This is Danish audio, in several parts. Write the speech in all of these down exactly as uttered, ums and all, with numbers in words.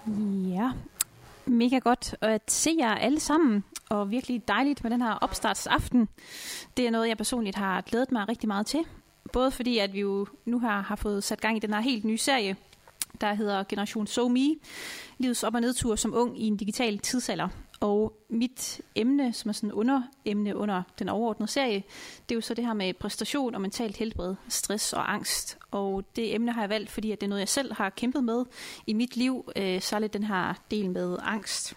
Ja, mega godt at se jer alle sammen, og virkelig dejligt med den her opstartsaften. Det er noget, jeg personligt har glædet mig rigtig meget til. Både fordi, at vi jo nu har, har fået sat gang i den her helt nye serie, der hedder Generation SoMe, livets op- og nedtur som ung i en digital tidsalder. Og mit emne, som er sådan underemne under den overordnede serie, det er jo så det her med præstation og mentalt helbred, stress og angst. Og det emne har jeg valgt, fordi at det er noget, jeg selv har kæmpet med i mit liv, øh, særligt den her del med angst.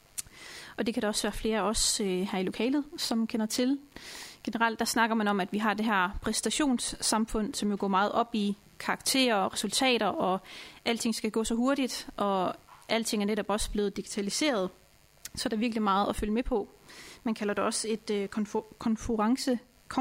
Og det kan der også være flere af os øh, her i lokalet, som kender til. Generelt der snakker man om, at vi har det her præstationssamfund, som jo går meget op i karakterer og resultater, og alting skal gå så hurtigt, og alting er netop også blevet digitaliseret. Så der er virkelig meget at følge med på. Man kalder det også et øh, konkurrence,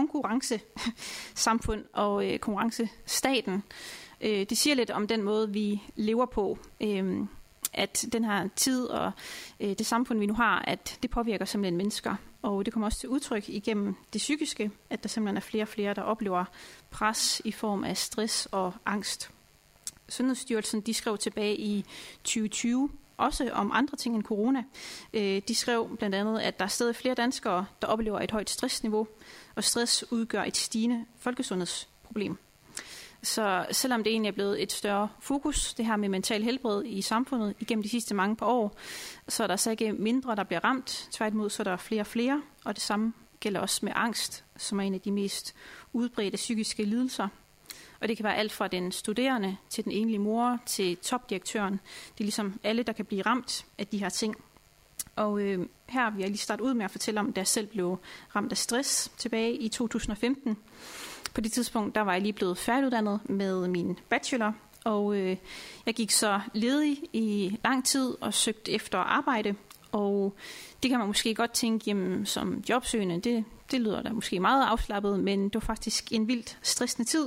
konkurrencesamfund og øh, konkurrencestaten. Øh, det siger lidt om den måde, vi lever på. Øh, at den her tid og øh, det samfund, vi nu har, at det påvirker simpelthen mennesker. Og det kommer også til udtryk igennem det psykiske, at der simpelthen er flere og flere, der oplever pres i form af stress og angst. Sundhedsstyrelsen, de skrev tilbage i tyve tyve, også om andre ting end corona. De skrev blandt andet, at der er stadig flere danskere, der oplever et højt stressniveau, og stress udgør et stigende folkesundhedsproblem. Så selvom det egentlig er blevet et større fokus, det her med mental helbred i samfundet igennem de sidste mange par år, så er der så ikke mindre, der bliver ramt. Tværtimod så er der flere og flere, og det samme gælder også med angst, som er en af de mest udbredte psykiske lidelser. Og det kan være alt fra den studerende til den enlige mor til topdirektøren. Det er ligesom alle, der kan blive ramt af de her ting. Og øh, her vil jeg lige starte ud med at fortælle om, da jeg selv blev ramt af stress tilbage i to tusind og femten. På det tidspunkt, der var jeg lige blevet færdiguddannet med min bachelor, og øh, jeg gik så ledig i lang tid og søgte efter arbejde. Og det kan man måske godt tænke, jamen, som jobsøgende, det, det lyder da måske meget afslappet, men det var faktisk en vildt stressende tid.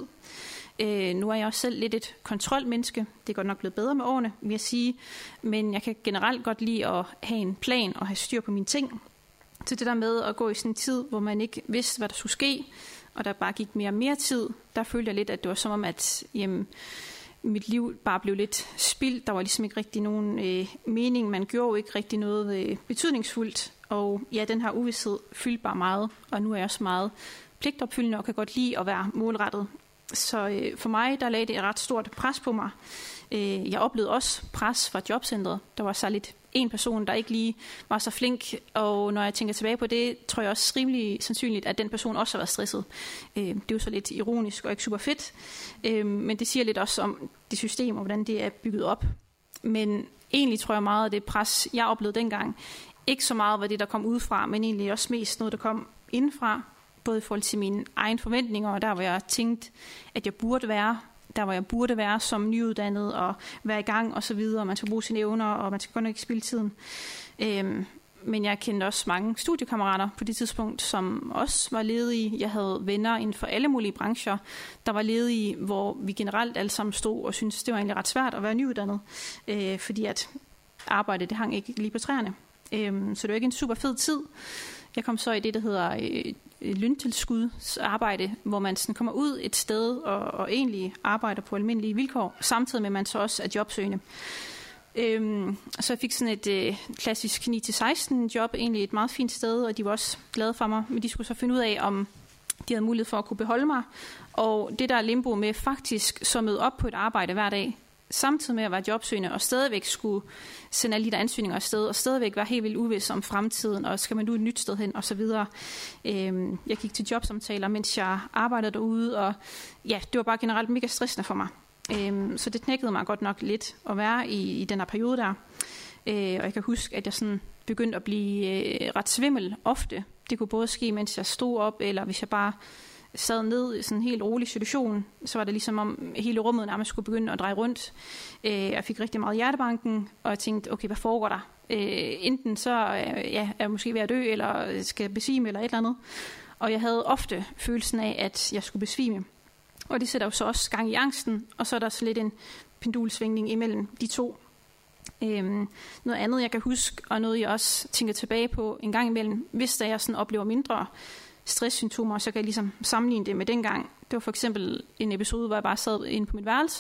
Øh, nu er jeg også selv lidt et kontrolmenneske. Det er godt nok blevet bedre med årene, vil jeg sige. Men jeg kan generelt godt lide at have en plan og have styr på mine ting. Så det der med at gå i sådan en tid, hvor man ikke vidste, hvad der skulle ske, og der bare gik mere og mere tid, der følte jeg lidt, at det var som om, at jamen, mit liv bare blev lidt spildt. Der var ligesom ikke rigtig nogen øh, mening. Man gjorde jo ikke rigtig noget øh, betydningsfuldt. Og ja, den her uvished fyldte bare meget. Og nu er jeg også meget pligtopfyldende og kan godt lide at være målrettet. Så øh, for mig, der lagde det et ret stort pres på mig. Øh, jeg oplevede også pres fra jobcentret. Der var særligt en person, der ikke lige var så flink, og når jeg tænker tilbage på det, tror jeg også rimelig sandsynligt, at den person også har været stresset. Øh, det er jo så lidt ironisk og ikke super fedt, øh, men det siger lidt også om det system, og hvordan det er bygget op. Men egentlig tror jeg meget, at det pres, jeg oplevede dengang, ikke så meget var det, der kom udefra, men egentlig også mest noget, der kom indefra, både i forhold til mine egne forventninger, og der hvor jeg tænkte, at jeg burde være, der hvor jeg burde være som nyuddannet og være i gang og så videre, og man skal bruge sine evner, og man skal godt nok ikke spilde tiden. Øhm, men jeg kendte også mange studiekammerater på det tidspunkt, som også var ledige. Jeg havde venner inden for alle mulige brancher, der var ledige, hvor vi generelt alle sammen stod og syntes, det var egentlig ret svært at være nyuddannet, øh, fordi at arbejdet, det hang ikke lige på træerne. Øhm, så det var ikke en super fed tid. Jeg kom så i det, der hedder øh, løntilskudsarbejde, hvor man sådan kommer ud et sted og, og egentlig arbejder på almindelige vilkår, samtidig med, at man så også er jobsøgende. Øhm, så jeg fik sådan et øh, klassisk ni til seksten job, egentlig et meget fint sted, og de var også glade for mig, men de skulle så finde ud af, om de havde mulighed for at kunne beholde mig. Og det der limbo med faktisk så møde op på et arbejde hver dag, samtidig med at være jobsøgende, og stadigvæk skulle sende alle de der ansøgninger afsted, og stadigvæk være helt vildt uvis om fremtiden, og skal man nu et nyt sted hen, og så videre. Øhm, jeg gik til jobsamtaler, mens jeg arbejdede derude, og ja, det var bare generelt mega stressende for mig. Øhm, så det knækkede mig godt nok lidt at være i, i den her periode der. Øh, og jeg kan huske, at jeg sådan begyndte at blive øh, ret svimmel ofte. Det kunne både ske, mens jeg stod op, eller hvis jeg bare sad ned i sådan en helt rolig situation, så var det ligesom om hele rummet nærmest skulle begynde at dreje rundt. Øh, jeg fik rigtig meget hjertebanken, og jeg tænkte, okay, hvad foregår der? Øh, enten så øh, ja, er jeg måske ved at dø, eller skal jeg besvime, eller et eller andet. Og jeg havde ofte følelsen af, at jeg skulle besvime. Og det sætter jo så også gang i angsten, og så er der så lidt en pendulsvingning imellem de to. Øhm, noget andet, jeg kan huske, og noget jeg også tænker tilbage på en gang imellem, hvis der jeg sådan oplever mindre stresssymptomer, så kan jeg ligesom sammenligne det med dengang. Det var for eksempel en episode, hvor jeg bare sad inde på mit værelse,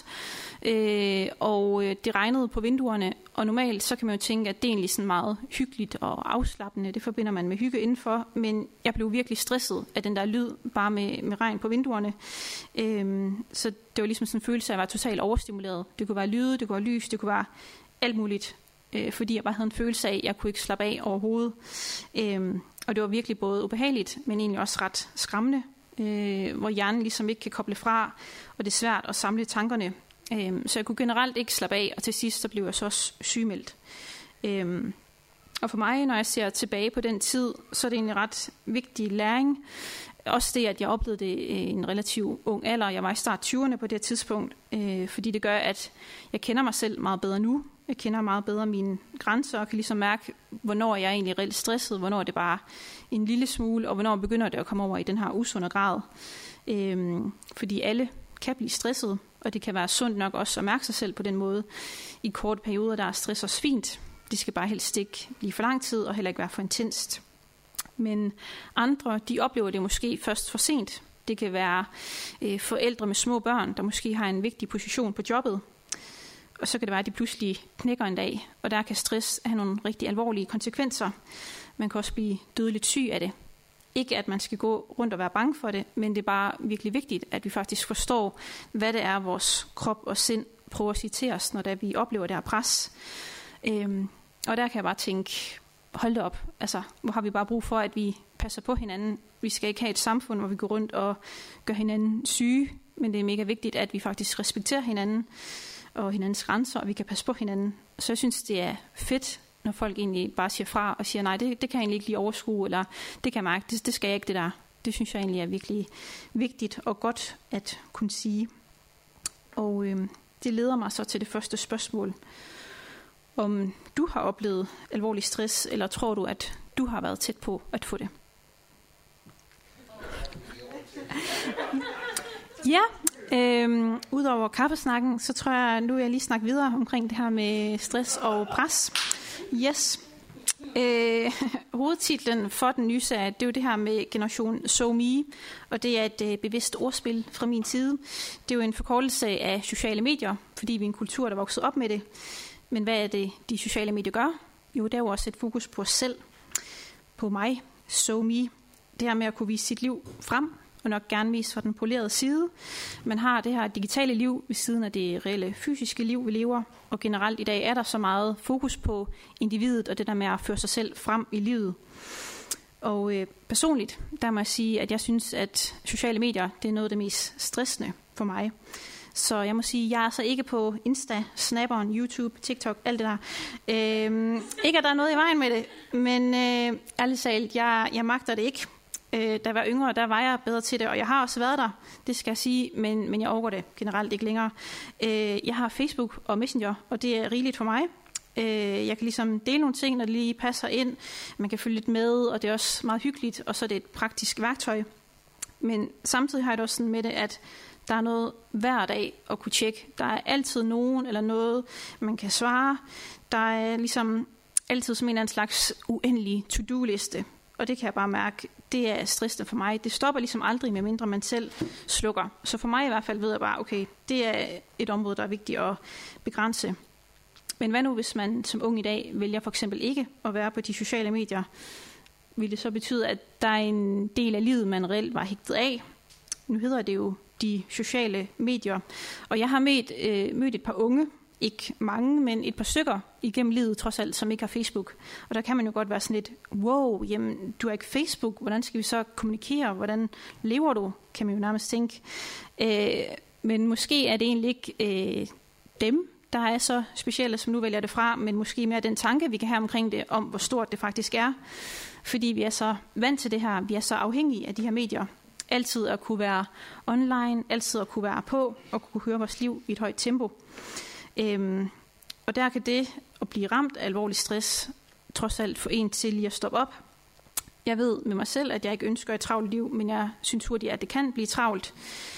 øh, og det regnede på vinduerne, og normalt så kan man jo tænke, at det er egentlig sådan meget hyggeligt og afslappende, det forbinder man med hygge indenfor, men jeg blev virkelig stresset af den der lyd, bare med, med regn på vinduerne, øh, så det var ligesom sådan en følelse af at være totalt overstimuleret. Det kunne være lyde, det kunne være lys, det kunne være alt muligt, øh, fordi jeg bare havde en følelse af, at jeg kunne ikke slappe af overhovedet, øh, og det var virkelig både ubehageligt, men egentlig også ret skræmmende, Øh, hvor hjernen ligesom ikke kan koble fra, og det er svært at samle tankerne. Øh, så jeg kunne generelt ikke slappe af, og til sidst så blev jeg så også sygemeldt. Øh, og for mig, når jeg ser tilbage på den tid, så er det egentlig ret vigtig læring. Også det, at jeg oplevede det i en relativt ung alder. Jeg var i start tyverne på det tidspunkt, øh, fordi det gør, at jeg kender mig selv meget bedre nu. Jeg kender meget bedre mine grænser, og kan ligesom mærke, hvornår jeg er egentlig reelt stresset, hvornår det bare en lille smule, og hvornår begynder det at komme over i den her usunde grad. Øhm, fordi alle kan blive stresset, og det kan være sundt nok også at mærke sig selv på den måde. I korte perioder, der er stress også fint. Det skal bare helst ikke blive for lang tid, og heller ikke være for intenst. Men andre, de oplever det måske først for sent. Det kan være øh, forældre med små børn, der måske har en vigtig position på jobbet. Og så kan det være, at de pludselig knækker en dag, og der kan stress have nogle rigtig alvorlige konsekvenser. Man kan også blive dødeligt syg af det. Ikke at man skal gå rundt og være bange for det, men det er bare virkelig vigtigt, at vi faktisk forstår, hvad det er, vores krop og sind prøver at sige til os, når vi oplever det her pres. Øhm, og der kan jeg bare tænke, hold da op, altså, hvor har vi bare brug for, at vi passer på hinanden. Vi skal ikke have et samfund, hvor vi går rundt og gør hinanden syge, men det er mega vigtigt, at vi faktisk respekterer hinanden og hinandens grænser, og vi kan passe på hinanden. Så jeg synes, det er fedt, når folk egentlig bare siger fra og siger, nej, det, det kan jeg egentlig ikke lige overskue, eller det kan jeg mærke, det, det skal jeg ikke, det der. Det synes jeg egentlig er virkelig vigtigt og godt at kunne sige. Og øh, det leder mig så til det første spørgsmål. Om du har oplevet alvorlig stress, eller tror du, at du har været tæt på at få det? Ja, øhm, udover kaffesnakken, så tror jeg, nu vil jeg lige snakke videre omkring det her med stress og pres. Yes. Øh, hovedtitlen for den nye serie, det er jo det her med Generation SoMe, og det er et øh, bevidst ordspil fra min side. Det er jo en forkortelse af sociale medier, fordi vi er en kultur, der er vokset op med det. Men hvad er det, de sociale medier gør? Jo, det er jo også et fokus på os selv, på mig, SoMe. Det her med at kunne vise sit liv frem, og nok gerne vise fra den polerede side. Man har det her digitale liv ved siden af det reelle fysiske liv, vi lever. Og generelt i dag er der så meget fokus på individet, og det der med at føre sig selv frem i livet. Og øh, personligt, der må jeg sige, at jeg synes, at sociale medier, det er noget af det mest stressende for mig. Så jeg må sige, jeg er så ikke på Insta, Snapperen, YouTube, TikTok, alt det der. Øh, ikke at der er noget i vejen med det, men øh, ærligt talt, jeg, jeg magter det ikke. Øh, da jeg var yngre, der var jeg bedre til det, og jeg har også været der, det skal jeg sige, men, men jeg overgår det generelt ikke længere. Øh, jeg har Facebook og Messenger, og det er rigeligt for mig. Øh, jeg kan ligesom dele nogle ting, når det lige passer ind. Man kan følge lidt med, og det er også meget hyggeligt, og så er det et praktisk værktøj. Men samtidig har jeg det også sådan med det, at der er noget hver dag at kunne tjekke. Der er altid nogen eller noget, man kan svare. Der er ligesom altid som en eller anden slags uendelig to-do-liste. Og det kan jeg bare mærke, det er stressende for mig. Det stopper ligesom aldrig, medmindre man selv slukker. Så for mig i hvert fald ved jeg bare, okay, det er et område, der er vigtigt at begrænse. Men hvad nu, hvis man som ung i dag vælger for eksempel ikke at være på de sociale medier? Vil det så betyde, at der er en del af livet, man reelt var hægtet af? Nu hedder det jo de sociale medier. Og jeg har mødt, øh, mødt et par unge, ikke mange, men et par stykker igennem livet, trods alt, som ikke har Facebook. Og der kan man jo godt være sådan lidt, wow, jamen, du har ikke Facebook, hvordan skal vi så kommunikere? Hvordan lever du? Kan man jo nærmest tænke. Øh, men måske er det egentlig ikke øh, dem, der er så specielle, som nu vælger det fra, men måske mere den tanke, vi kan have omkring det, om hvor stort det faktisk er. Fordi vi er så vant til det her, vi er så afhængige af de her medier. Altid at kunne være online, altid at kunne være på, og kunne høre vores liv i et højt tempo. Øhm, og der kan det at blive ramt af alvorlig stress trods alt få en til lige at stoppe op. Jeg ved med mig selv, at jeg ikke ønsker et travlt liv, men jeg synes hurtigt, at det kan blive travlt.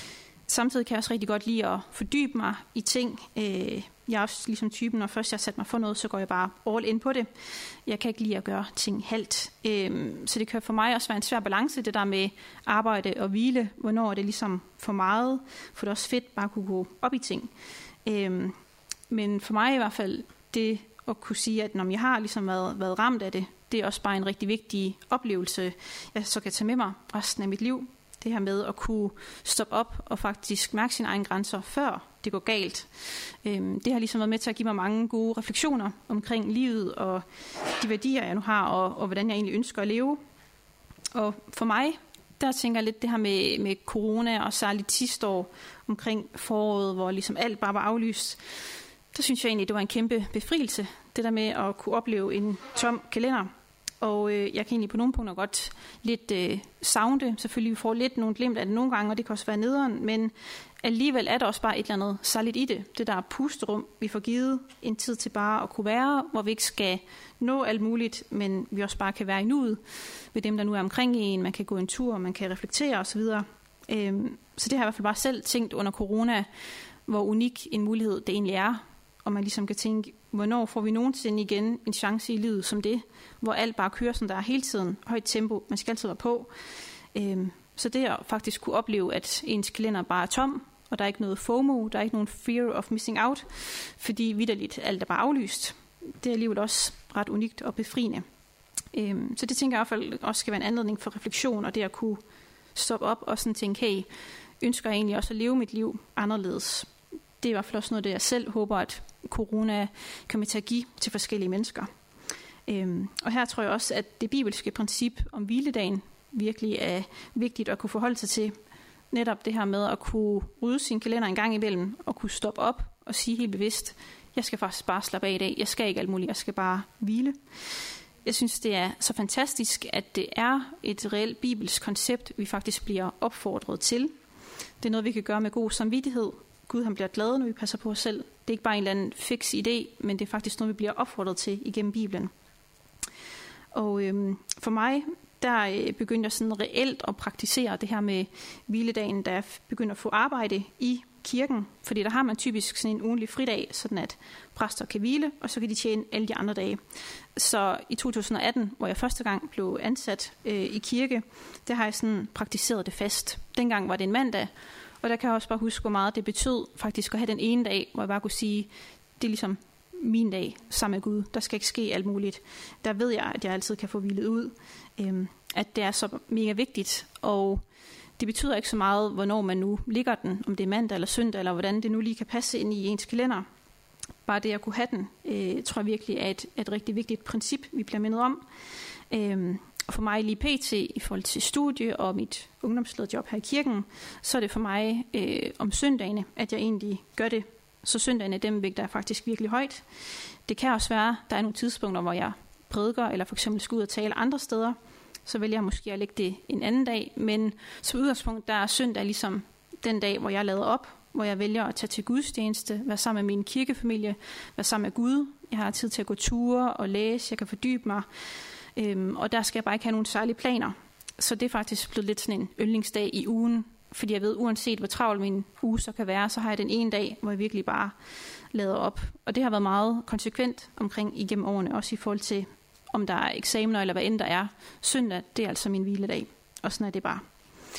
samtidig kan jeg også rigtig godt lide at fordybe mig i ting. Øh, jeg er også ligesom typen, når først jeg har sat mig for noget, så går jeg bare all in på det. Jeg kan ikke lide at gøre ting halvt. Øh, så det kan for mig også være en svær balance, det der med arbejde og hvile. Hvornår er det ligesom for meget? For det er også fedt bare at kunne gå op i ting. Øh, men for mig i hvert fald, det at kunne sige, at når jeg har ligesom været, været ramt af det, det er også bare en rigtig vigtig oplevelse, jeg så kan tage med mig resten af mit liv. Det her med at kunne stoppe op og faktisk mærke sine egne grænser, før det går galt. Øhm, det har ligesom været med til at give mig mange gode refleksioner omkring livet og de værdier, jeg nu har, og, og hvordan jeg egentlig ønsker at leve. Og for mig, der tænker jeg lidt det her med, med corona, og særligt sidste år omkring foråret, hvor ligesom alt bare var aflyst. Der synes jeg egentlig, det var en kæmpe befrielse, det der med at kunne opleve en tom kalender. Og øh, jeg kan egentlig på nogle punkter godt lidt øh, savne det. Selvfølgelig vi får lidt nogle glimt af det nogle gange, og det kan også være nederen, men alligevel er der også bare et eller andet særligt i det. Det der pusterum, vi får givet en tid til bare at kunne være, hvor vi ikke skal nå alt muligt, men vi også bare kan være i nuet med dem, der nu er omkring en. Man kan gå en tur, man kan reflektere osv. Øhm, så det har jeg i hvert fald bare selv tænkt under corona, hvor unik en mulighed det egentlig er. Og man ligesom kan tænke, hvornår får vi nogensinde igen en chance i livet som det, hvor alt bare kører sådan der hele tiden, højt tempo, man skal altid være på. Øhm, så det at faktisk kunne opleve, at ens kalender bare er tom, og der er ikke noget FOMO, der er ikke nogen fear of missing out, fordi vitterligt alt er bare aflyst. Det er alligevel også ret unikt og befriende. Øhm, så det tænker jeg i hvert fald også skal være en anledning for refleksion, og det at kunne stoppe op og sådan tænke, hey, ønsker jeg egentlig også at leve mit liv anderledes? Det er i hvert fald også noget, det jeg selv håber, at corona kommer til at give til forskellige mennesker. Øhm, og her tror jeg også, at det bibelske princip om hviledagen virkelig er vigtigt at kunne forholde sig til. Netop det her med at kunne rydde sin kalender en gang imellem, og kunne stoppe op og sige helt bevidst, jeg skal faktisk bare slappe af i dag, jeg skal ikke alt muligt, jeg skal bare hvile. Jeg synes, det er så fantastisk, at det er et reelt bibelsk koncept, vi faktisk bliver opfordret til. Det er noget, vi kan gøre med god samvittighed. Gud han bliver glad, når vi passer på os selv. Det er ikke bare en eller anden fix idé, men det er faktisk noget, vi bliver opfordret til igennem Bibelen. Og øhm, for mig, der øh, begyndte jeg sådan reelt at praktisere det her med hviledagen, da jeg begyndte at få arbejde i kirken. Fordi der har man typisk sådan en ugentlig fridag, sådan at præster kan hvile, og så kan de tjene alle de andre dage. Så i to tusind atten, hvor jeg første gang blev ansat øh, i kirke, der har jeg sådan praktiseret det fast. Dengang var det en mandag, og der kan jeg også bare huske, hvor meget det betød faktisk at have den ene dag, hvor jeg bare kunne sige, det er ligesom min dag sammen med Gud. Der skal ikke ske alt muligt. Der ved jeg, at jeg altid kan få hvilet ud. Øhm, at det er så mega vigtigt. Og det betyder ikke så meget, hvornår man nu ligger den. Om det er mandag eller søndag, eller hvordan det nu lige kan passe ind i ens kalender. Bare det at kunne have den, øh, tror jeg virkelig er et, et rigtig vigtigt princip, vi bliver mindet om. Øhm, Og for mig lige pt. I forhold til studie og mit ungdomslederjob her i kirken, så er det for mig øh, om søndagene, at jeg egentlig gør det. Så søndagene, dem vægter jeg faktisk virkelig højt. Det kan også være, der er nogle tidspunkter, hvor jeg prædiker, eller for eksempel skal ud og tale andre steder. Så vælger jeg måske at lægge det en anden dag. Men som udgangspunkt, der er søndag ligesom den dag, hvor jeg lader op, hvor jeg vælger at tage til gudstjeneste, være sammen med min kirkefamilie, være sammen med Gud. Jeg har tid til at gå ture og læse, jeg kan fordybe mig. Øhm, og der skal jeg bare ikke have nogen særlige planer. Så det er faktisk blevet lidt sådan en yndlingsdag i ugen, fordi jeg ved, uanset hvor travl min uge så kan være, så har jeg den ene dag, hvor jeg virkelig bare lader op. Og det har været meget konsekvent omkring igennem årene, også i forhold til, om der er eksamener eller hvad end der er. Søndag, det er altså min hviledag, og sådan er det bare.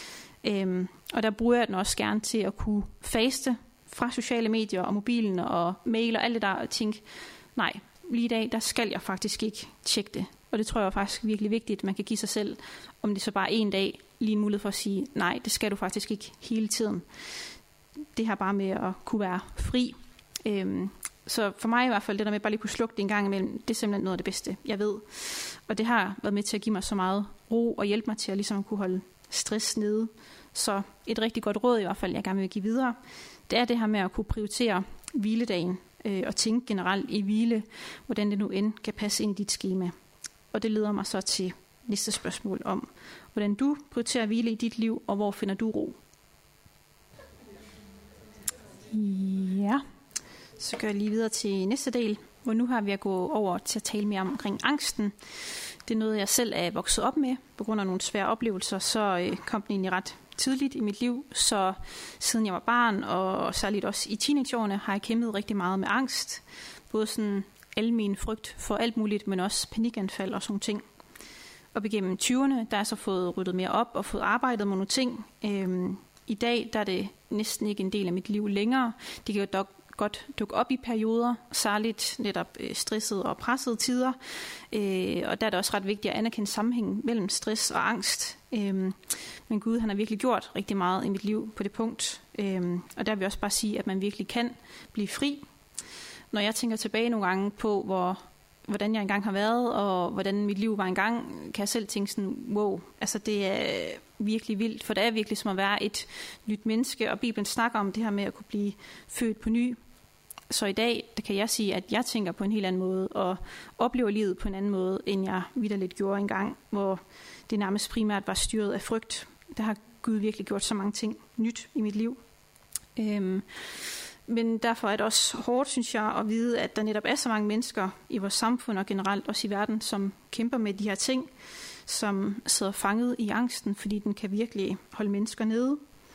Øhm, og der bruger jeg den også gerne til at kunne faste fra sociale medier og mobilen og mail og alt det der, og tænke, nej, lige i dag, der skal jeg faktisk ikke tjekke det. Og det tror jeg er faktisk virkelig vigtigt, at man kan give sig selv, om det så bare en dag, lige en mulighed for at sige, nej, det skal du faktisk ikke hele tiden. Det her bare med at kunne være fri. Øhm, så for mig i hvert fald, det der med bare lige kunne slukke det en gang imellem, det er simpelthen noget af det bedste, jeg ved. Og det har været med til at give mig så meget ro og hjælpe mig til at ligesom kunne holde stress nede. Så et rigtig godt råd i hvert fald, jeg gerne vil give videre, det er det her med at kunne prioritere hviledagen øh, og tænke generelt i hvile, hvordan det nu end kan passe ind i dit skema. Og det leder mig så til næste spørgsmål om, hvordan du prioriterer hvile i dit liv, og hvor finder du ro? Ja, så går jeg lige videre til næste del, hvor nu har vi at gå over til at tale mere om, omkring angsten. Det er noget, jeg selv er vokset op med. På grund af nogle svære oplevelser, så øh, kom den egentlig ret tidligt i mit liv, så siden jeg var barn, og særligt også i teenageårene, har jeg kæmpet rigtig meget med angst. Både sådan almen frygt for alt muligt, men også panikanfald og sådan ting. Og igennem tyverne, der er jeg så fået ryddet mere op og fået arbejdet med nogle ting. Øhm, I dag, der er det næsten ikke en del af mit liv længere. Det kan jo dog godt dukke op i perioder, særligt netop øh, stressede og pressede tider. Øh, og der er det også ret vigtigt at anerkende sammenhængen mellem stress og angst. Øh, men Gud, han har virkelig gjort rigtig meget i mit liv på det punkt. Øh, og der vil jeg også bare sige, at man virkelig kan blive fri. Når jeg tænker tilbage nogle gange på, hvor, hvordan jeg engang har været, og hvordan mit liv var engang, kan jeg selv tænke sådan, wow, altså det er virkelig vildt, for det er virkelig som at være et nyt menneske, og Bibelen snakker om det her med at kunne blive født på ny. Så i dag, der kan jeg sige, at jeg tænker på en helt anden måde, og oplever livet på en anden måde, end jeg vitterligt gjorde engang, hvor det nærmest primært var styret af frygt. Der har Gud virkelig gjort så mange ting nyt i mit liv. Øhm, men derfor er det også hårdt, synes jeg, at vide, at der netop er så mange mennesker i vores samfund og generelt også i verden, som kæmper med de her ting, som sidder fanget i angsten, fordi den kan virkelig holde mennesker nede.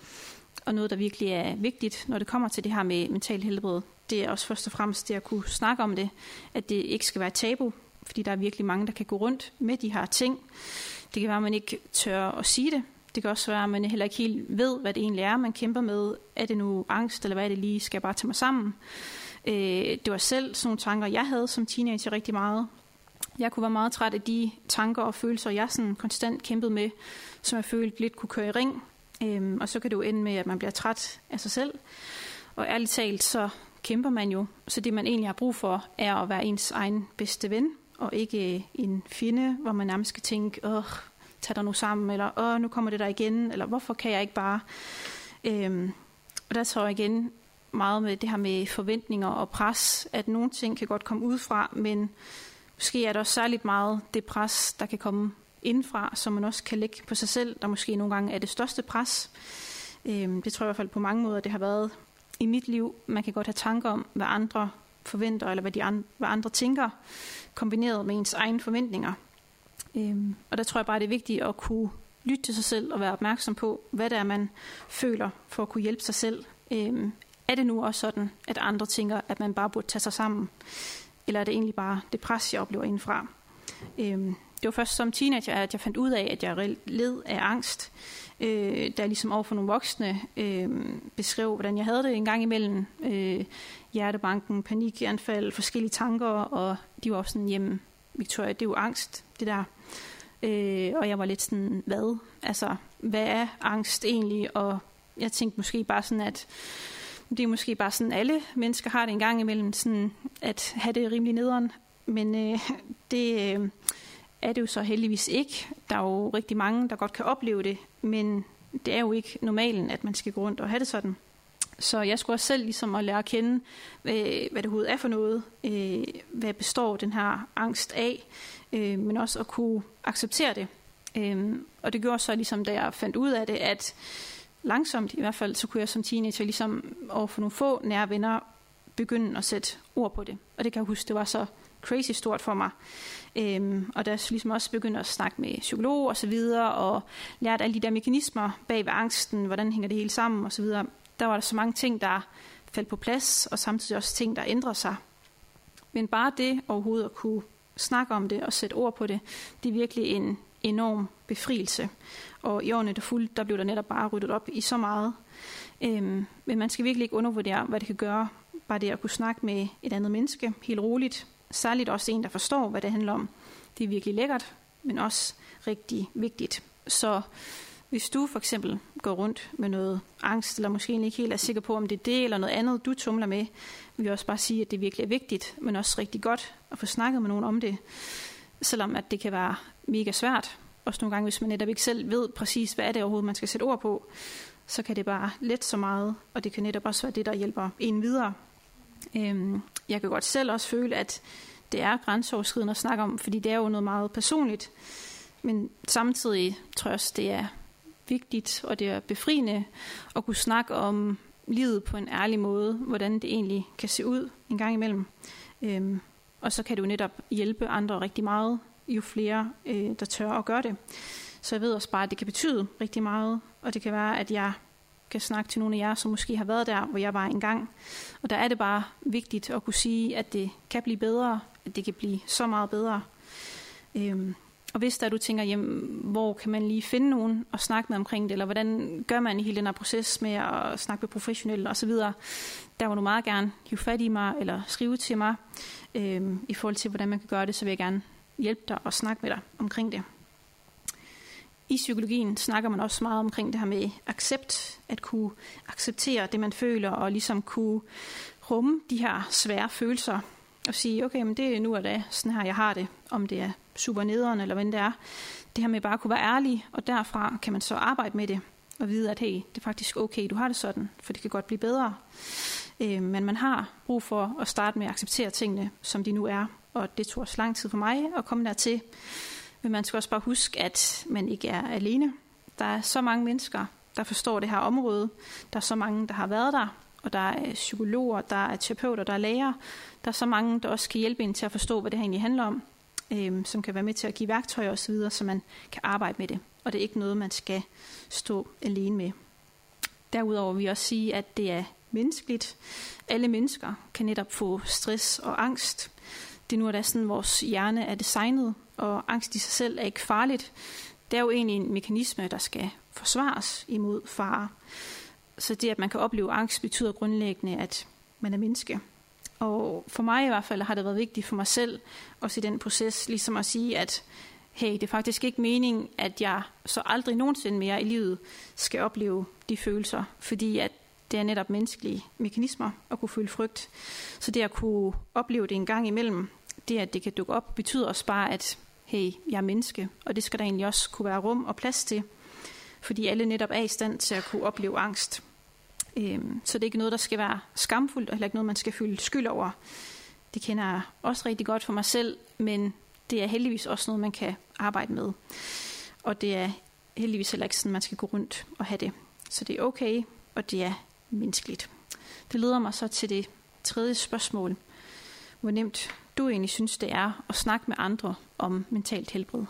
Og noget, der virkelig er vigtigt, når det kommer til det her med mental helbred, det er også først og fremmest det at kunne snakke om det, at det ikke skal være tabu, fordi der er virkelig mange, der kan gå rundt med de her ting. Det kan være, at man ikke tør at sige det. Det kan også være, at man heller ikke helt ved, hvad det egentlig er, man kæmper med. Er det nu angst, eller hvad er det lige? Skal jeg bare tage mig sammen? Øh, det var selv sådan nogle tanker, jeg havde som teenager rigtig meget. Jeg kunne være meget træt af de tanker og følelser, jeg sådan konstant kæmpede med, som jeg følte lidt kunne køre i ring. Øhm, og så kan det jo ende med, at man bliver træt af sig selv. Og ærligt talt, så kæmper man jo. Så det, man egentlig har brug for, er at være ens egen bedste ven, og ikke en fjende, hvor man nærmest skal tænke, åh, tag dig nu sammen, eller åh, nu kommer det der igen, eller hvorfor kan jeg ikke bare? Øhm, og der tror jeg igen meget med det her med forventninger og pres, at nogle ting kan godt komme udefra, men måske er der også særligt meget det pres, der kan komme indfra, som man også kan lægge på sig selv, der måske nogle gange er det største pres. Øhm, det tror jeg i hvert fald på mange måder, det har været i mit liv. Man kan godt have tanker om, hvad andre forventer, eller hvad, de andre, hvad andre tænker, kombineret med ens egne forventninger. Øhm, og der tror jeg bare, det er vigtigt at kunne lytte til sig selv og være opmærksom på, hvad det er, man føler for at kunne hjælpe sig selv. Øhm, er det nu også sådan, at andre tænker, at man bare burde tage sig sammen? Eller er det egentlig bare det pres, jeg oplever indenfra? Øhm, det var først som teenager, at jeg fandt ud af, at jeg reelt led af angst. Øh, da jeg ligesom overfor nogle voksne øh, beskrev, hvordan jeg havde det en gang imellem. Øh, hjertebanken, panikanfald, forskellige tanker, og de var også sådan, jamen Victoria, det er jo angst, det der. Øh, og jeg var lidt sådan, hvad? Altså, hvad er angst egentlig? Og jeg tænkte måske bare sådan, at det er måske bare sådan, alle mennesker har det en gang imellem, sådan at have det rimelig nederen. Men øh, det øh, er det jo så heldigvis ikke. Der er jo rigtig mange, der godt kan opleve det, men det er jo ikke normalen, at man skal gå rundt og have det sådan. Så jeg skulle også selv ligesom at lære at kende, hvad det overhovedet er for noget, øh, hvad består den her angst af, øh, men også at kunne acceptere det. Øh, og det gjorde så ligesom, da jeg fandt ud af det, at langsomt i hvert fald, så kunne jeg som teenager ligesom overfor nogle få nære venner begynde at sætte ord på det. Og det kan jeg huske, det var så crazy stort for mig. Øhm, og der ligesom også begyndte at snakke med psykolog og så videre, og lærte alle de der mekanismer bag ved angsten, hvordan hænger det hele sammen og så videre. Der var der så mange ting, der faldt på plads, og samtidig også ting, der ændrede sig. Men bare det overhovedet at kunne snakke om det og sætte ord på det, det er virkelig en enorm befrielse. Og i årene der fulgte, der blev der netop bare ryddet op i så meget. Øhm, men man skal virkelig ikke undervurdere, hvad det kan gøre. Bare det at kunne snakke med et andet menneske, helt roligt. Særligt også en, der forstår, hvad det handler om. Det er virkelig lækkert, men også rigtig vigtigt. Så hvis du for eksempel går rundt med noget angst, eller måske ikke helt er sikker på, om det er det eller noget andet, du tumler med, vil jeg også bare sige, at det virkelig er vigtigt, men også rigtig godt at få snakket med nogen om det. Selvom at det kan være mega svært. Også nogle gange, hvis man netop ikke selv ved præcis, hvad er det overhovedet, man skal sætte ord på, så kan det bare lette så meget, og det kan netop også være det, der hjælper en videre. Øhm, jeg kan godt selv også føle, at det er grænseoverskridende at snakke om, fordi det er jo noget meget personligt. Men samtidig tror jeg også, det er vigtigt, og det er befriende at kunne snakke om livet på en ærlig måde, hvordan det egentlig kan se ud en gang imellem. Øhm, og så kan det jo netop hjælpe andre rigtig meget, jo flere, øh, der tør at gøre det. Så jeg ved også bare, at det kan betyde rigtig meget og det kan være, at jeg kan snakke til nogle af jer, som måske har været der, hvor jeg var engang. Og der er det bare vigtigt at kunne sige, at det kan blive bedre, at det kan blive så meget bedre. Øhm, og hvis der du tænker, jamen, hvor kan man lige finde nogen og snakke med omkring det, eller hvordan gør man i hele den her proces med at snakke med professionelle osv., der må du meget gerne hive fat i mig, eller skrive til mig, øhm, i forhold til, hvordan man kan gøre det, så vil jeg gerne hjælpe dig og snakke med dig omkring det. I psykologien snakker man også meget omkring det her med accept, at kunne acceptere det, man føler, og ligesom kunne rumme de her svære følelser, og sige, okay, men det er nu og da, sådan her jeg har det, om det er super nederen, eller hvad det er. Det her med bare at kunne være ærlig, og derfra kan man så arbejde med det, og vide, at hey, det er faktisk okay, du har det sådan, for det kan godt blive bedre. Øh, men man har brug for at starte med at acceptere tingene, som de nu er, og det tog også lang tid for mig at komme dertil. Men man skal også bare huske, at man ikke er alene. Der er så mange mennesker, der forstår det her område. Der er så mange, der har været der. Og der er psykologer, der er terapeuter, der er læger. Der er så mange, der også kan hjælpe en til at forstå, hvad det her egentlig handler om. Øhm, som kan være med til at give værktøjer osv., så man kan arbejde med det. Og det er ikke noget, man skal stå alene med. Derudover vil jeg også sige, at det er menneskeligt. Alle mennesker kan netop få stress og angst. Det er nu, at sådan, vores hjerne er designet, og angst i sig selv er ikke farligt. Det er jo egentlig en mekanisme, der skal forsvares imod fare. Så det, at man kan opleve angst, betyder grundlæggende, at man er menneske. Og for mig i hvert fald har det været vigtigt for mig selv, også i den proces, ligesom at sige, at hey, det er faktisk ikke meningen, at jeg så aldrig nogensinde mere i livet skal opleve de følelser, fordi at det er netop menneskelige mekanismer at kunne føle frygt. Så det at kunne opleve det en gang imellem, det at det kan dukke op, betyder også bare, at hey, jeg er menneske, og det skal der egentlig også kunne være rum og plads til, fordi alle netop er i stand til at kunne opleve angst. Øhm, så det er ikke noget, der skal være skamfuldt, og heller ikke noget, man skal føle skyld over. Det kender jeg også rigtig godt for mig selv, men det er heldigvis også noget, man kan arbejde med. Og det er heldigvis heller ikke sådan, man skal gå rundt og have det. Så det er okay, og det er menneskeligt. Det leder mig så til det tredje spørgsmål. Hvor nemt du egentlig synes, det er at snakke med andre om mentalt helbred.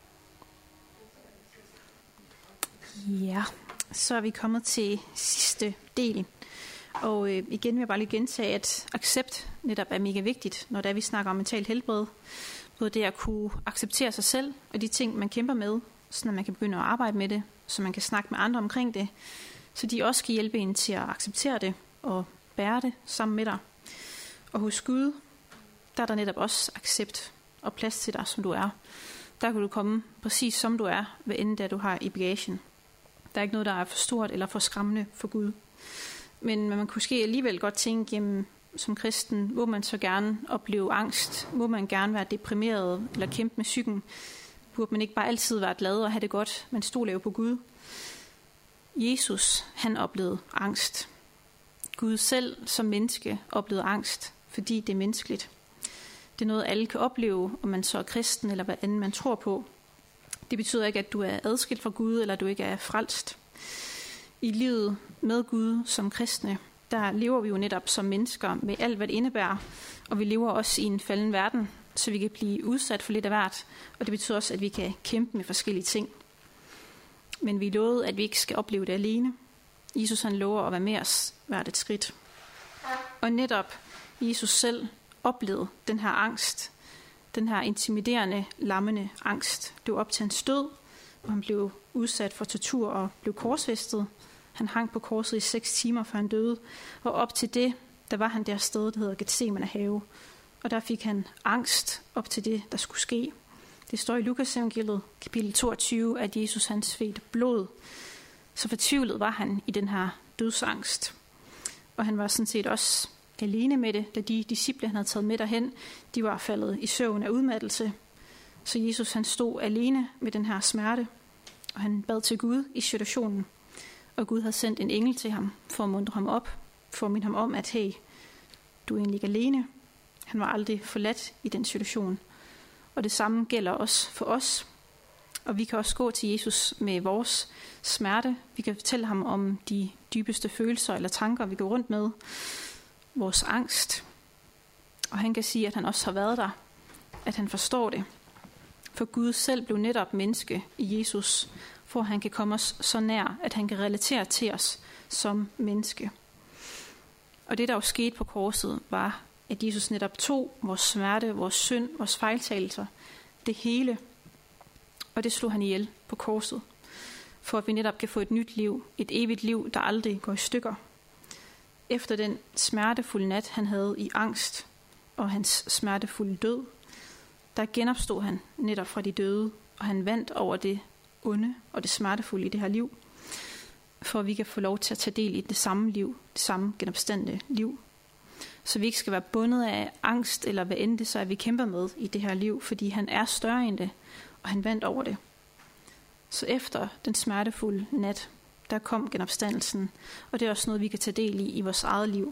Ja, så er vi kommet til sidste del. Og øh, igen vil jeg bare lige gentage, at accept netop er mega vigtigt, når det er, vi snakker om mentalt helbred. Både det at kunne acceptere sig selv og de ting, man kæmper med, så man kan begynde at arbejde med det, så man kan snakke med andre omkring det, så de også kan hjælpe en til at acceptere det og bære det sammen med dig. Og hos Gud, der er der netop også accept og plads til dig, som du er. Der kan du komme præcis som du er, hvad end det du har i bagagen. Der er ikke noget, der er for stort eller for skræmmende for Gud. Men man kunne måske alligevel godt tænke, jamen, som kristen, må man så gerne opleve angst? Må man gerne være deprimeret eller kæmpe med psyken? Burde man ikke bare altid være glad og have det godt? Man stoler jo på Gud. Jesus, han oplevede angst. Gud selv som menneske oplevede angst, fordi det er menneskeligt. Det er noget, alle kan opleve, om man så er kristen eller hvad andet man tror på. Det betyder ikke, at du er adskilt fra Gud, eller at du ikke er frelst. I livet med Gud som kristne, der lever vi jo netop som mennesker med alt, hvad det indebærer. Og vi lever også i en falden verden, så vi kan blive udsat for lidt af hvert. Og det betyder også, at vi kan kæmpe med forskellige ting. Men vi er lovet, at vi ikke skal opleve det alene. Jesus han lover at være med os hvert et skridt. Og netop Jesus selv oplevede den her angst, den her intimiderende, lammende angst. Det var op til hans død, og han blev udsat for tortur og blev korsfæstet. Han hang på korset i seks timer, før han døde. Og op til det, der var han der sted, der hedder Getsemane have. Og der fik han angst op til det, der skulle ske. Det står i Lukas evangeliet, kapitel toogtyve, at Jesus han svedte blod. Så fortvivlet var han i den her dødsangst. Og han var sådan set også alene med det, da de disciple, han havde taget med derhen, de var faldet i søvn af udmattelse. Så Jesus han stod alene med den her smerte, og han bad til Gud i situationen. Og Gud havde sendt en engel til ham for at muntre ham op, for at minde ham om, at hey, du er egentlig ikke alene. Han var aldrig forladt i den situation. Og det samme gælder også for os. Og vi kan også gå til Jesus med vores smerte. Vi kan fortælle ham om de dybeste følelser eller tanker, vi går rundt med. Vores angst. Og han kan sige, at han også har været der. At han forstår det. For Gud selv blev netop menneske i Jesus. for at han kan komme os så nær, at han kan relatere til os som menneske. Og det, der jo skete på korset, var, at Jesus netop tog vores smerte, vores synd, vores fejltagelser, det hele, og det slog han ihjel på korset, for at vi netop kan få et nyt liv, et evigt liv, der aldrig går i stykker. Efter den smertefulde nat, han havde i angst, og hans smertefulde død, der genopstod han netop fra de døde, og han vandt over det onde og det smertefulde i det her liv, for at vi kan få lov til at tage del i det samme liv, det samme genopstandende liv. Så vi ikke skal være bundet af angst, eller hvad end det så er, vi kæmper med i det her liv, fordi han er større end det, og han vandt over det. Så efter den smertefulde nat, der kom genopstandelsen, og det er også noget, vi kan tage del i i vores eget liv.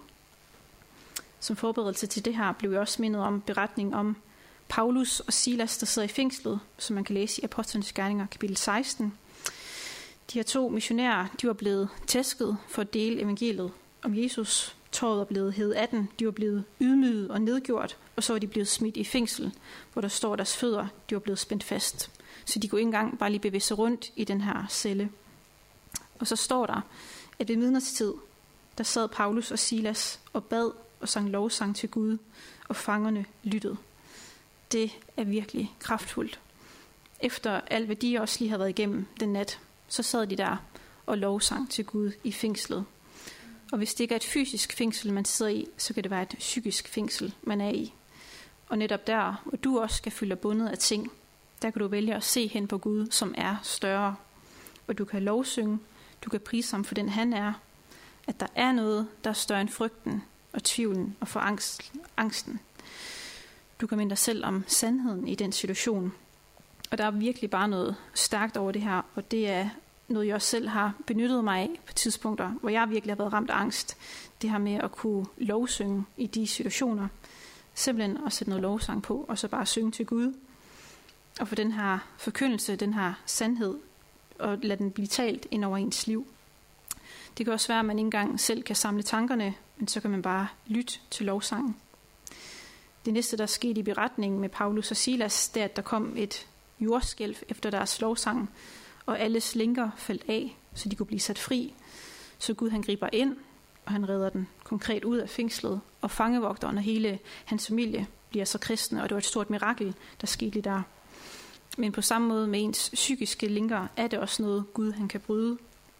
Som forberedelse til det her, blev jeg også mindet om beretningen om Paulus og Silas, der sidder i fængslet, som man kan læse i Apostlenes Gerninger, kapitel seksten. De her to missionærer, de var blevet tæsket for at dele evangeliet om Jesus. Tåret var blevet hævet af den, de var blevet ydmyget og nedgjort, og så var de blevet smidt i fængsel, hvor der står deres fødder, de var blevet spændt fast. Så de kunne ikke engang bare lige bevæge sig rundt i den her celle. Og så står der, at ved midnatstid, der sad Paulus og Silas og bad og sang lovsang til Gud, og fangerne lyttede. Det er virkelig kraftfuldt. Efter alt, hvad de også lige havde været igennem den nat, så sad de der og lovsang til Gud i fængslet. Og hvis det ikke er et fysisk fængsel, man sidder i, så kan det være et psykisk fængsel, man er i. Og netop der, hvor du også skal føle dig bundet af ting, der kan du vælge at se hen på Gud, som er større. Og du kan lovsynge, du kan prise ham for den han er, at der er noget, der er større end frygten og tvivlen og for angst, angsten. Du kan minde dig selv om sandheden i den situation. Og der er virkelig bare noget stærkt over det her, og det er noget, jeg også selv har benyttet mig af på tidspunkter, hvor jeg virkelig har været ramt af angst. Det her med at kunne lovsynge i de situationer. Simpelthen at sætte noget lovsang på, og så bare synge til Gud. Og få den her forkyndelse, den her sandhed, og lade den blive talt ind over ens liv. Det kan også være, at man ikke engang selv kan samle tankerne, men så kan man bare lytte til lovsangen. Det næste, der skete i beretningen med Paulus og Silas, det er, at der kom et jordskælv efter deres lovsang, og alle slinker faldt af, så de kunne blive sat fri. Så Gud han griber ind, og han redder den konkret ud af fængslet, og fangevogteren og hele hans familie bliver så kristne, og det var et stort mirakel, der skete der. Men på samme måde med ens psykiske linker, er det også noget, Gud han kan bryde.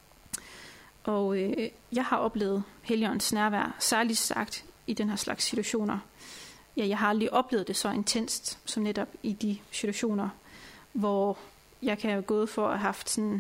Og øh, jeg har oplevet Helligåndens nærvær, særligt sagt i den her slags situationer. Ja, jeg har aldrig oplevet det så intenst, som netop i de situationer, hvor jeg kan have gået for at have haft sådan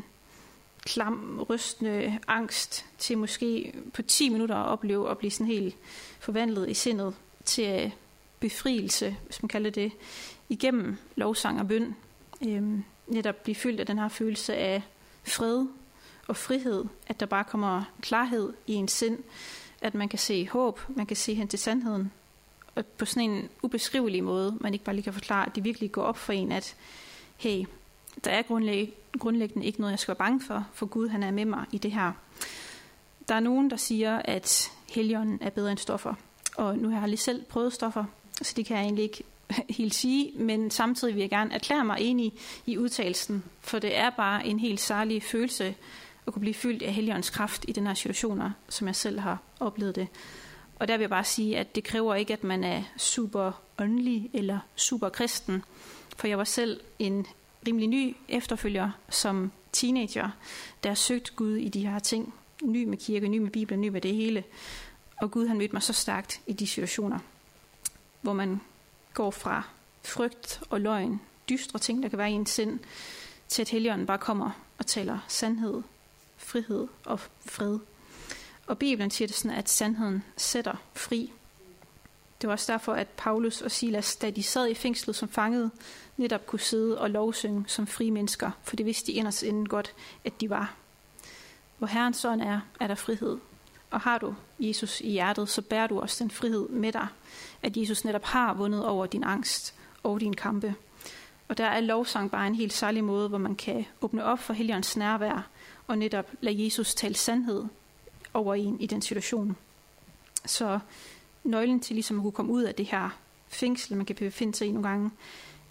klam, rystende angst til måske på ti minutter at opleve at blive sådan helt forvandlet i sindet til befrielse, hvis man kalder det, igennem lovsang og bøn. Øhm, netop blive fyldt af den her følelse af fred og frihed, at der bare kommer klarhed i ens sind, at man kan se håb, man kan se hen til sandheden, og på sådan en ubeskrivelig måde, man ikke bare lige kan forklare, at det virkelig går op for en, at hey, der er grundlæg- grundlæggende ikke noget, jeg skal være bange for, for Gud han er med mig i det her. Der er nogen, der siger, at Helligånden er bedre end stoffer, og nu har jeg lige selv prøvet stoffer, så det kan jeg egentlig ikke helt sige, men samtidig vil jeg gerne erklære mig enig i udtalelsen, for det er bare en helt særlig følelse at kunne blive fyldt af Helligåndens kraft i den her situationer, som jeg selv har oplevet det. Og der vil jeg bare sige, at det kræver ikke, at man er super åndelig eller super kristen, for jeg var selv en rimelig ny efterfølger som teenager, der har søgt Gud i de her ting. Ny med kirke, ny med Bibelen, ny med det hele. Og Gud han mødte mig så stærkt i de situationer, hvor man går fra frygt og løgn, dystre ting, der kan være i ens sind, til at Helligånden bare kommer og taler sandhed, frihed og fred. Og Bibelen siger det sådan, at sandheden sætter fri. Det var også derfor, at Paulus og Silas, da de sad i fængslet som fangede, netop kunne sidde og lovsynge som frie mennesker, for det vidste de inderst inden godt, at de var. Hvor Herrens ånd er, er der frihed. Og har du Jesus i hjertet, så bærer du også den frihed med dig, at Jesus netop har vundet over din angst og din kampe. Og der er lovsang bare en helt særlig måde, hvor man kan åbne op for Helligåndens nærvær, og netop lade Jesus tale sandhed over en i den situation. Så nøglen til ligesom at kunne komme ud af det her fængsel, man kan befinde sig i nogle gange,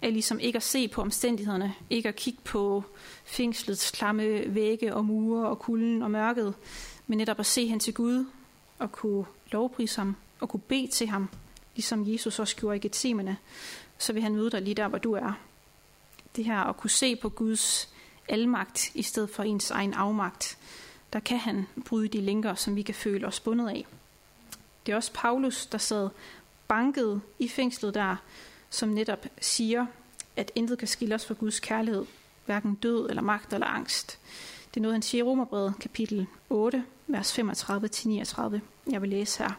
er ligesom ikke at se på omstændighederne, ikke at kigge på fængslets klamme vægge og mure og kulden og mørket, men netop at se hen til Gud og kunne lovprise ham og kunne bede til ham, ligesom Jesus også gjorde i Getsemane, så vil han møde dig lige der, hvor du er. Det her at kunne se på Guds almagt i stedet for ens egen afmagt, der kan han bryde de lænker, som vi kan føle os bundet af. Det er også Paulus, der sad banket i fængslet der, som netop siger, at intet kan skille os fra Guds kærlighed, hverken død eller magt eller angst. Det er noget, han siger i Romerbrevet, kapitel otte, vers femogtredive til niogtredive. Jeg vil læse her.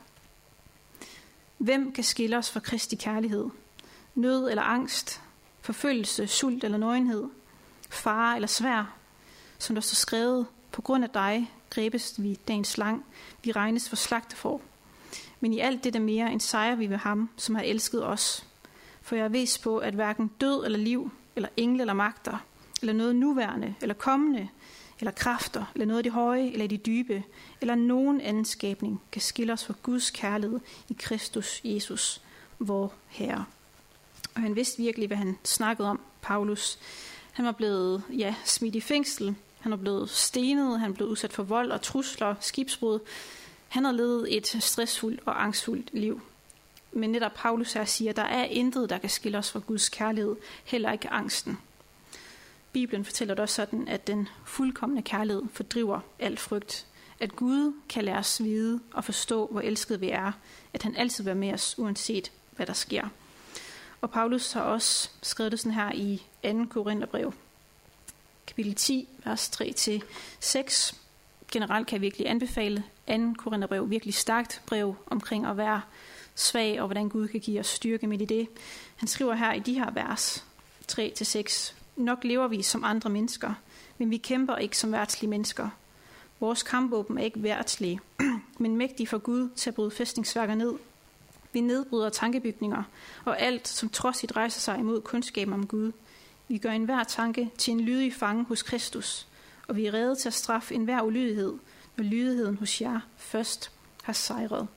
Hvem kan skille os fra Kristi kærlighed? Nød eller angst? Forfølgelse, sult eller nøgenhed? Fare eller svær? Som der står skrevet, på grund af dig grebes vi dagens lang, vi regnes for slagtefor. Men i alt det der mere end sejrer vi ved ham, som har elsket os. For jeg er vist på, at hverken død eller liv, eller engle eller magter, eller noget nuværende, eller kommende, eller kræfter, eller noget af det høje, eller de dybe, eller nogen anden skabning, kan skille os fra Guds kærlighed i Kristus Jesus, vor Herre. Og han vidste virkelig, hvad han snakkede om, Paulus. Han var blevet ja, smidt i fængsel, han var blevet stenet, han blev udsat for vold og trusler, skibsbrud. Han har levet et stressfuldt og angstfuldt liv. Men netop Paulus her siger, at der er intet, der kan skille os fra Guds kærlighed, heller ikke angsten. Bibelen fortæller det også sådan, at den fuldkomne kærlighed fordriver al frygt. At Gud kan lade os vide og forstå, hvor elsket vi er. At han altid vil være med os, uanset hvad der sker. Og Paulus har også skrevet det sådan her i anden Korintherbrev, kapitel ti, vers tre til seks. Generelt kan jeg virkelig anbefale anden Korintherbrev, virkelig stærkt brev omkring at være svag, og hvordan Gud kan give os styrke midt i det. Han skriver her i de her vers, tre til seks. Nok lever vi som andre mennesker, men vi kæmper ikke som verdslige mennesker. Vores kampvåben er ikke verdslige, men mægtige for Gud til at bryde fæstningsværker ned. Vi nedbryder tankebygninger og alt, som trodsigt rejser sig imod kundskaben om Gud. Vi gør enhver tanke til en lydig fange hos Kristus, og vi er rede til at straffe enhver ulydighed, når lydigheden hos jer først har sejret.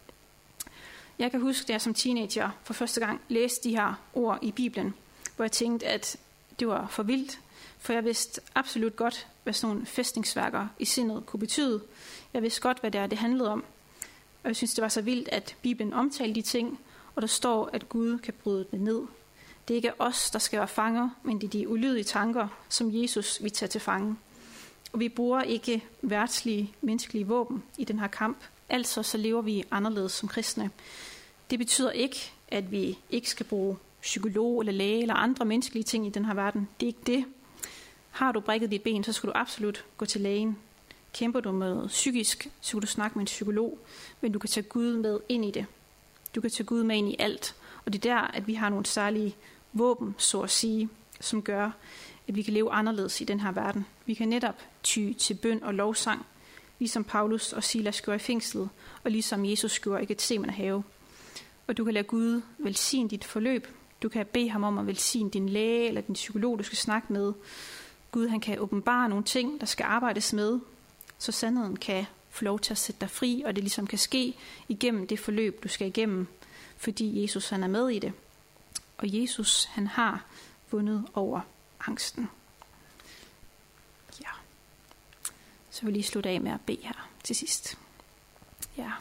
Jeg kan huske, da jeg som teenager for første gang læste de her ord i Bibelen, hvor jeg tænkte, at det var for vildt, for jeg vidste absolut godt, hvad sådan nogle fæstningsværker i sindet kunne betyde. Jeg vidste godt, hvad det er, det handlede om. Og jeg synes, det var så vildt, at Bibelen omtalte de ting, og der står, at Gud kan bryde det ned. Det er ikke os, der skal være fanger, men det er de ulydige tanker, som Jesus vil tage til fange. Og vi bruger ikke verdslige, menneskelige våben i den her kamp. Altså så lever vi anderledes som kristne. Det betyder ikke, at vi ikke skal bruge psykolog eller læge eller andre menneskelige ting i den her verden. Det er ikke det. Har du brækket dit ben, så skal du absolut gå til lægen. Kæmper du med psykisk, så kan du snakke med en psykolog, men du kan tage Gud med ind i det. Du kan tage Gud med ind i alt. Og det er der, at vi har nogle særlige våben, så at sige, som gør, at vi kan leve anderledes i den her verden. Vi kan netop ty til bøn og lovsang, ligesom Paulus og Silas gjorde i fængslet, og ligesom Jesus gjorde i Getsemane have. Og du kan lade Gud velsigne dit forløb. Du kan bede ham om at velsigne din læge eller din psykolog, du skal snakke med. Gud, han kan åbenbare nogle ting, der skal arbejdes med, så sandheden kan få lov til at sætte dig fri, og det ligesom kan ske igennem det forløb, du skal igennem, fordi Jesus han er med i det. Og Jesus, han har vundet over angsten. Ja. Så vil jeg lige slutte af med at bede her til sidst. Ja.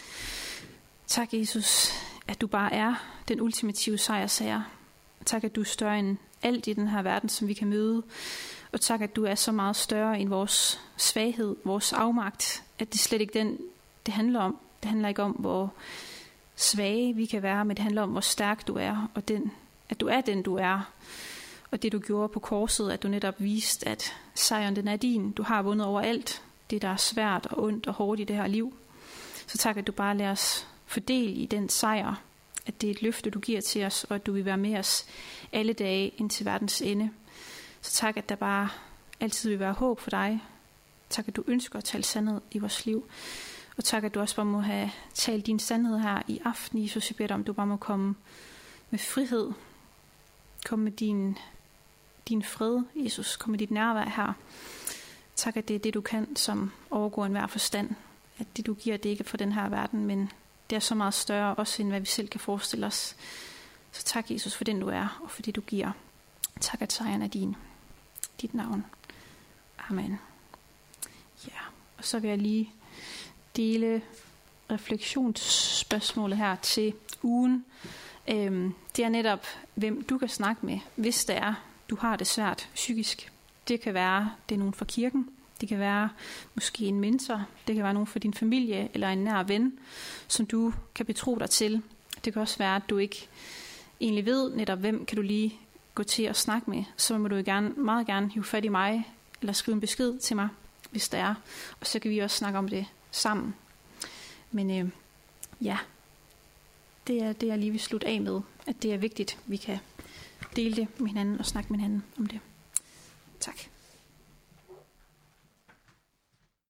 Tak, Jesus, at du bare er den ultimative sejrsager. Tak, at du er større end alt i den her verden, som vi kan møde. Og tak, at du er så meget større end vores svaghed, vores afmagt, at det slet ikke den, det handler om. Det handler ikke om, hvor svage vi kan være, men det handler om, hvor stærk du er, og den, at du er den, du er. Og det, du gjorde på korset, at du netop viste, at sejren den er din. Du har vundet over alt det, der er svært og ondt og hårdt i det her liv. Så tak, at du bare lader os fordele i den sejr, at det er et løfte, du giver til os, og at du vil være med os alle dage indtil verdens ende. Så tak, at der bare altid vil være håb for dig. Tak, at du ønsker at tale sandhed i vores liv. Og tak, at du også bare må have talt din sandhed her i aften, Jesus. Jeg beder dig, om du bare må komme med frihed. Kom med din, din fred, Jesus. Kom med dit nærvær her. Tak, at det er det, du kan, som overgår enhver forstand. At det, du giver, det ikke er for den her verden, men det er så meget større, også end hvad vi selv kan forestille os. Så tak, Jesus, for den du er, og for det du giver. Tak, at sejren er din. Dit navn. Amen. Ja, og så vil jeg lige dele refleksionsspørgsmålet her til ugen. Øhm, det er netop, hvem du kan snakke med, hvis det er, du har det svært psykisk. Det kan være, det er nogen fra kirken. Det kan være måske en mentor. Det kan være nogen fra din familie eller en nær ven, som du kan betro dig til. Det kan også være, at du ikke egentlig ved netop, hvem kan du lige gå til at snakke med. Så må du gerne, meget gerne hive fat i mig, eller skrive en besked til mig, hvis det er. Og så kan vi også snakke om det sammen. Men øh, ja, det er det, jeg lige vil slutte af med. At det er vigtigt, at vi kan dele det med hinanden og snakke med hinanden om det. Tak.